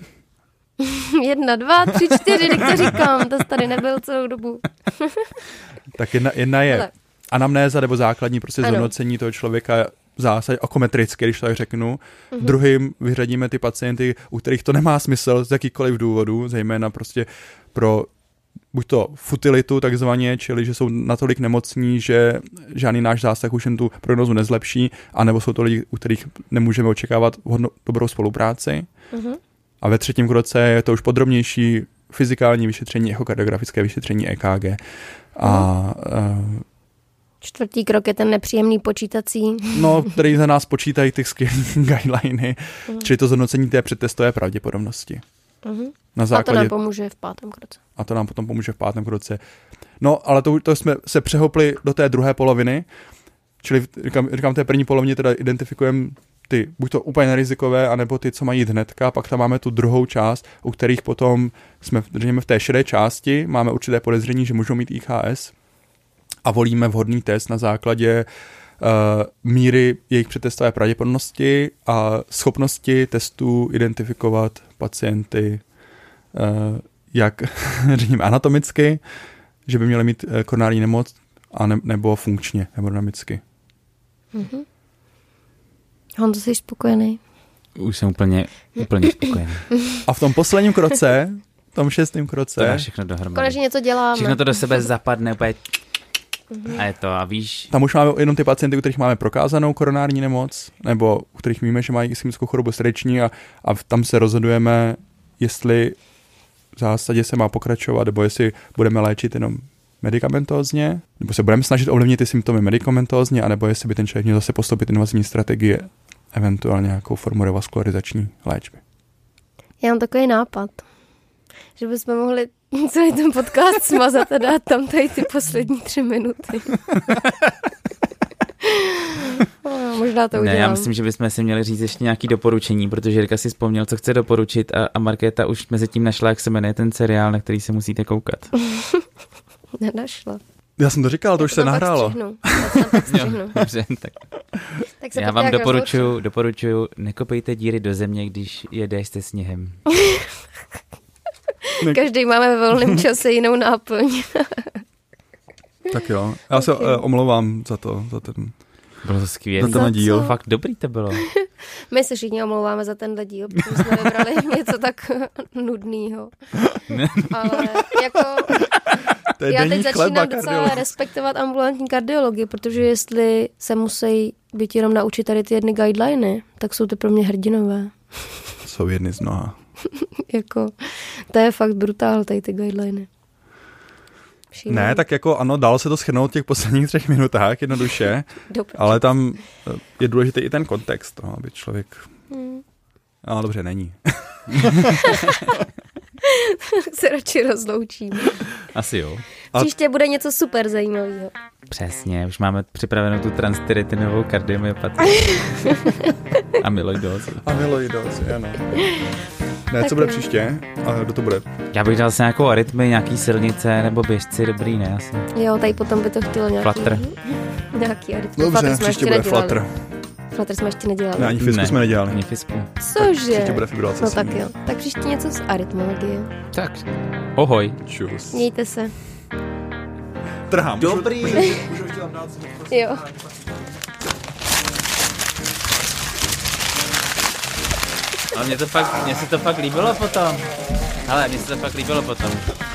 Jedna, dva, tři, čtyři, teď to říkám, to tady nebyl celou dobu. Tak jedna, jedna je Hele. anamnéza nebo základní prostě zhodnocení toho člověka v zásadě okometricky, když to tak řeknu. Uh-huh. Druhým vyřadíme ty pacienty, u kterých to nemá smysl z jakýkoliv důvodu, zejména prostě pro buď to futilitu takzvaně, čili že jsou natolik nemocní, že žádný náš zásah už jen tu prognozu nezlepší, anebo jsou to lidi, u kterých nemůžeme očekávat hodno, dobrou spolupráci. Uh-huh. A ve třetím kroce je to už podrobnější fyzikální vyšetření, echokardiografické vyšetření E K G. A uh, čtvrtý krok je ten nepříjemný počítací. No, který za nás počítají ty skvělé guideliny, uh-huh. čili to zhodnocení té předtestové pravděpodobnosti. Uh-huh. Na základě... A to nám pomůže v pátém kroce. A to nám potom pomůže v pátém kroce. No, ale to, to jsme se přehopli do té druhé poloviny, čili říkám, říkám té první polovině teda identifikujeme ty, buď to úplně nerizikové, anebo ty, co mají jít hnedka, pak tam máme tu druhou část, u kterých potom jsme v té šedé části, máme určité podezření, že můžou mít I H S a volíme vhodný test na základě uh, míry jejich předtestové pravděpodobnosti a schopnosti testů identifikovat pacienty uh, jak řekněme anatomicky, že by měli mít koronární nemoc, a ne, nebo funkčně, hemodynamicky. Mm-hmm. Honzo, jsi spokojený? Už jsem úplně, úplně spokojený. A v tom posledním kroce, v tom šestém kroce... To dá všechno dohromady. Konečně něco děláme. Všechno to do sebe zapadne úplně... Mm-hmm. A je to, a víš... Tam už máme jenom ty pacienty, u kterých máme prokázanou koronární nemoc, nebo u kterých víme, že mají ischemickou chorobu srdeční a, a tam se rozhodujeme, jestli v zásadě se má pokračovat, nebo jestli budeme léčit jenom medikamentózně, nebo se budeme snažit ovlivnit ty symptomy medikamentózně, anebo jestli by ten člověk měl zase postoupit invazivní strategie, eventuálně nějakou formu revaskularizační léčby. Já mám takový nápad, že bychom mohli celý ten podcast smazat a dát tam tady ty poslední tři minuty. No, možná to udělám. Ne, já myslím, že bychom si měli říct ještě nějaké doporučení, protože Jirka si vzpomněl, co chce doporučit a, a Markéta už mezi tím našla, jak se jmenuje ten seriál, na který se musíte koukat. Nenašla. Já jsem to říkal, to už se nahrálo. Dobře, tak. tak já vám doporučuji, doporučuji, nekopejte díry do země, když jedeš se sněhem. Každý máme ve volném čase jinou náplň. Tak jo, já se okay. uh, omlouvám za to, za ten, bylo to skvělý. za ten díl. Fakt dobrý to bylo. My se všichni omlouváme za tenhle díl, protože jsme vybrali něco tak nudného. Ale jako... Já teď začínám docela respektovat ambulantní kardiologii, protože jestli se musí být jenom naučit tady ty jedny guideliny, tak jsou to pro mě hrdinové. Jsou jedny z mnoha. Jako, to je fakt brutál, tady ty guideliny. Šílený. Ne, tak jako ano, dalo se to shrnout v těch posledních třech minutách jednoduše, ale tam je důležitý i ten kontext, no, aby člověk... Hmm. No, dobře, není. Tak se radši rozloučím. Asi jo. Příště bude něco super zajímavého. Přesně, už máme připravenou tu transtyritinovou kardiomyopatii. Amyloidózu. Amyloidózu, ano. Ne, co bude příště? A kdo to bude? Já bych dal se nějakou arytmii, nějaký silnice nebo běžci, dobrý, ne? Asi. Jo, tady potom by to chtělo nějaký... Flutter. Nějaký arytmii. Dobře, příště bude flutter. Flutter jsme ještě nedělali. Ne, ani fisku ne, jsme nedělali. Ani fisku. Cože? Příště bude fibrilace. No tak jo. Tak příště něco z arytmologie. Tak. Ohoj. Čus. Mějte se. Trhám. Dobrý. Můžu ještě tam dát? Jo. Ale mně to fakt, mně se to fakt líbilo potom. Ale mně se to fakt líbilo potom.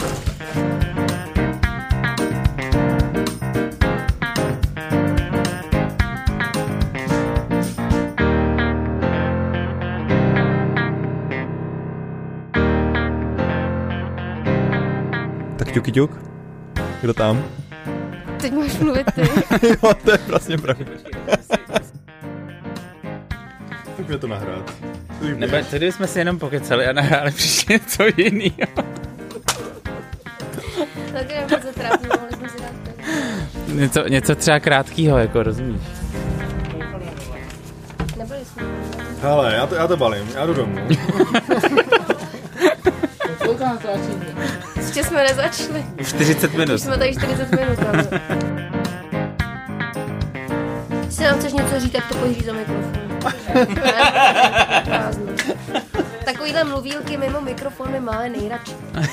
Tak ťuky ťuk. Kdo tam? Teď máš mluvit ty. Jo, to je vlastně pravda. Tak mě to nahrát. Nebo tady jsme si jenom pokecali a nahráli příště něco jiného. Tak je moc trápný, mohli jsme si dát ten. Něco, něco třeba krátkýho, jako rozumíš? Nebyli jsme. Hele, já to, já to balím, já jdu domů. Ještě jsme nezačali. Už čtyřicet minut. Už jsme tady čtyřicet minut. Ale... Když nám chceš něco říct, tak to pojď říct do mikrofonu. Takovýhle mluvílky mimo mikrofon my máme nejradši.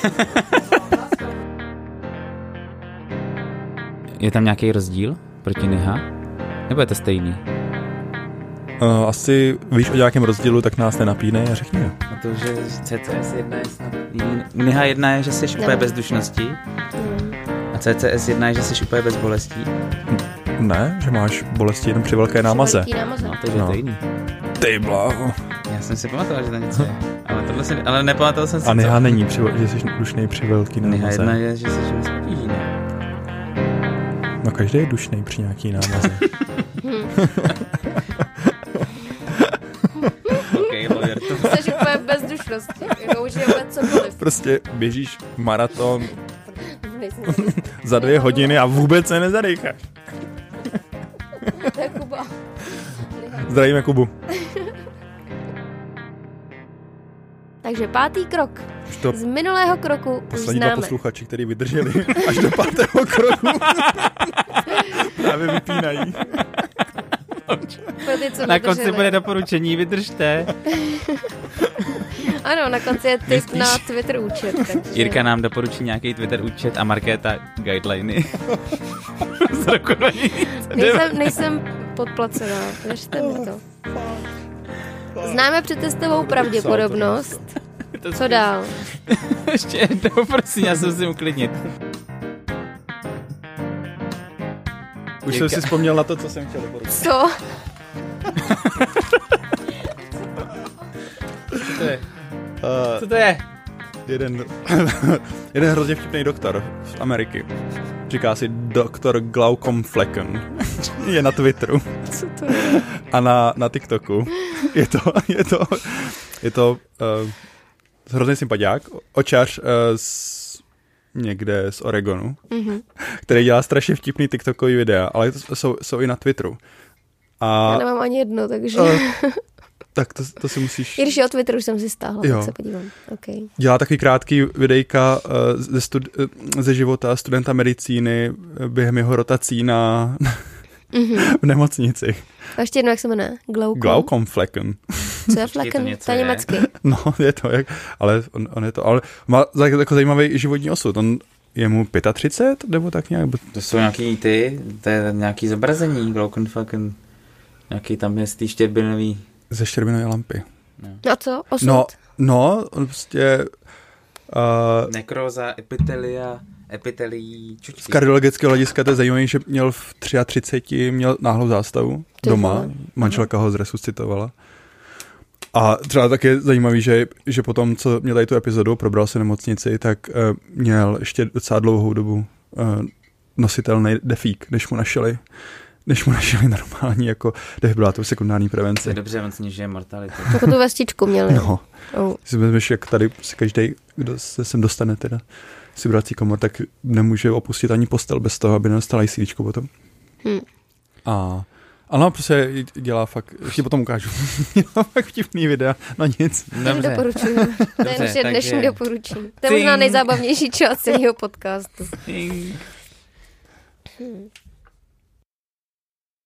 Je tam nějaký rozdíl proti Niha? Nebo je to stejný? Uh, asi víš o nějakém rozdílu, tak nás nenapínej a řekni. A to, že C C S jedna je snad... Niha jedna je, že jsi úplně bez dušnosti. Hmm. A C C S jedna je, že jsi úplně bez bolestí. Ne, že máš bolesti jenom při velké námaze. Při námaze. No, takže no. To je jiný. Ty bláho. Já jsem si pamatoval, že to něco je. Ale, tohle si, ale nepamatoval jsem si, a Niha co... není, při, že jsi dušnej při velký námaze. Niha jedna je, že jsi bez potíží, ne? No každý je dušnej při nějaký námaze. Okej, lawyer to. Jsi úplně bez dušnosti. Jako už je úplně cokoliv. Prostě běžíš maraton za dvě hodiny a vůbec se nezadejcháš. To je Kuba. Zdravíme Kubu. Takže pátý krok. To z minulého kroku poslední známe. Dva posluchači, kteří vydrželi až do pátého kroku. Právě vypínají. Ty, co na konci bude doporučení, vydržte. Ano, na konci je tip Myslíš? Na Twitter účet. Takže... Jirka nám doporučí nějaký Twitter účet a Markéta guideliny. Z roku nejsem, nejsem podplacená, věřte mi to. Známe předtestovou pravděpodobnost. Co dál? Ještě jednou, prosím, já se musím uklidnit. Už Jirka. Jsem si vzpomněl na to, co jsem chtěl doporučit. Co? Co to je? Uh, co to je? Jeden, jeden hrozně vtipný doktor z Ameriky. Říká si doktor Glaucom Flecken. Je na Twitteru. Co to je? A na, na TikToku. Je to, je to, je to uh, hrozný sympatiák. Očař uh, z někde z Oregonu, mm-hmm. který dělá strašně vtipný TikTokový videa, ale to jsou, jsou i na Twitteru. A, já nemám ani jedno, takže... Uh, tak to, to si musíš... I když je o Twitteru, už jsem si stáhla, jo. Tak se podívám. Okay. Dělá takový krátký videjka uh, ze, studi- ze života studenta medicíny během jeho rotací na... mm-hmm. v nemocnici. A ještě jedno, jak se jmenuje? Glaucom? Glaucom Flecken. Co je Flecken? To je německy. No, je to, jak, ale on, on je to, ale má jako zajímavý životní osud. On je mu třicet pět, nebo tak nějak? To jsou nějaký ty, to je nějaký zobrazení, Glaucom Flecken. Nějaký tam je z té štěrbinový. Ze štěrbinové lampy. No, no a co? Osud? No, no, on prostě... Uh, Nekróza, epitelia, epitelií, čučky. Z kardiologického hlediska to je zajímavé, že měl v třiceti třech měl náhlou zástavu Ty doma. Vole. Manželka ho zresuscitovala. A třeba tak je zajímavý, že, že potom, co měl tady tu epizodu, probral se nemocnici, tak uh, měl ještě docela dlouhou dobu uh, nositelný defík, než mu našeli než mu našeli normální jako defibrilátor sekundární prevence. To je dobře, on snižuje mortalitu. Jako tu vestičku měli. No. Oh. Si vezmeš, jak tady si každý, kdo se sem dostane teda si brací komor, tak nemůže opustit ani postel bez toho, aby nedostala ICDčko potom. Hmm. A ale prostě dělá fakt, ještě potom ukážu, dělá fakt vtipný videa, no nic. Dobře. Doporučuji. To je naše dnešní takže... doporučení. To je možná nejzábavnější část celého podcastu. Hmm.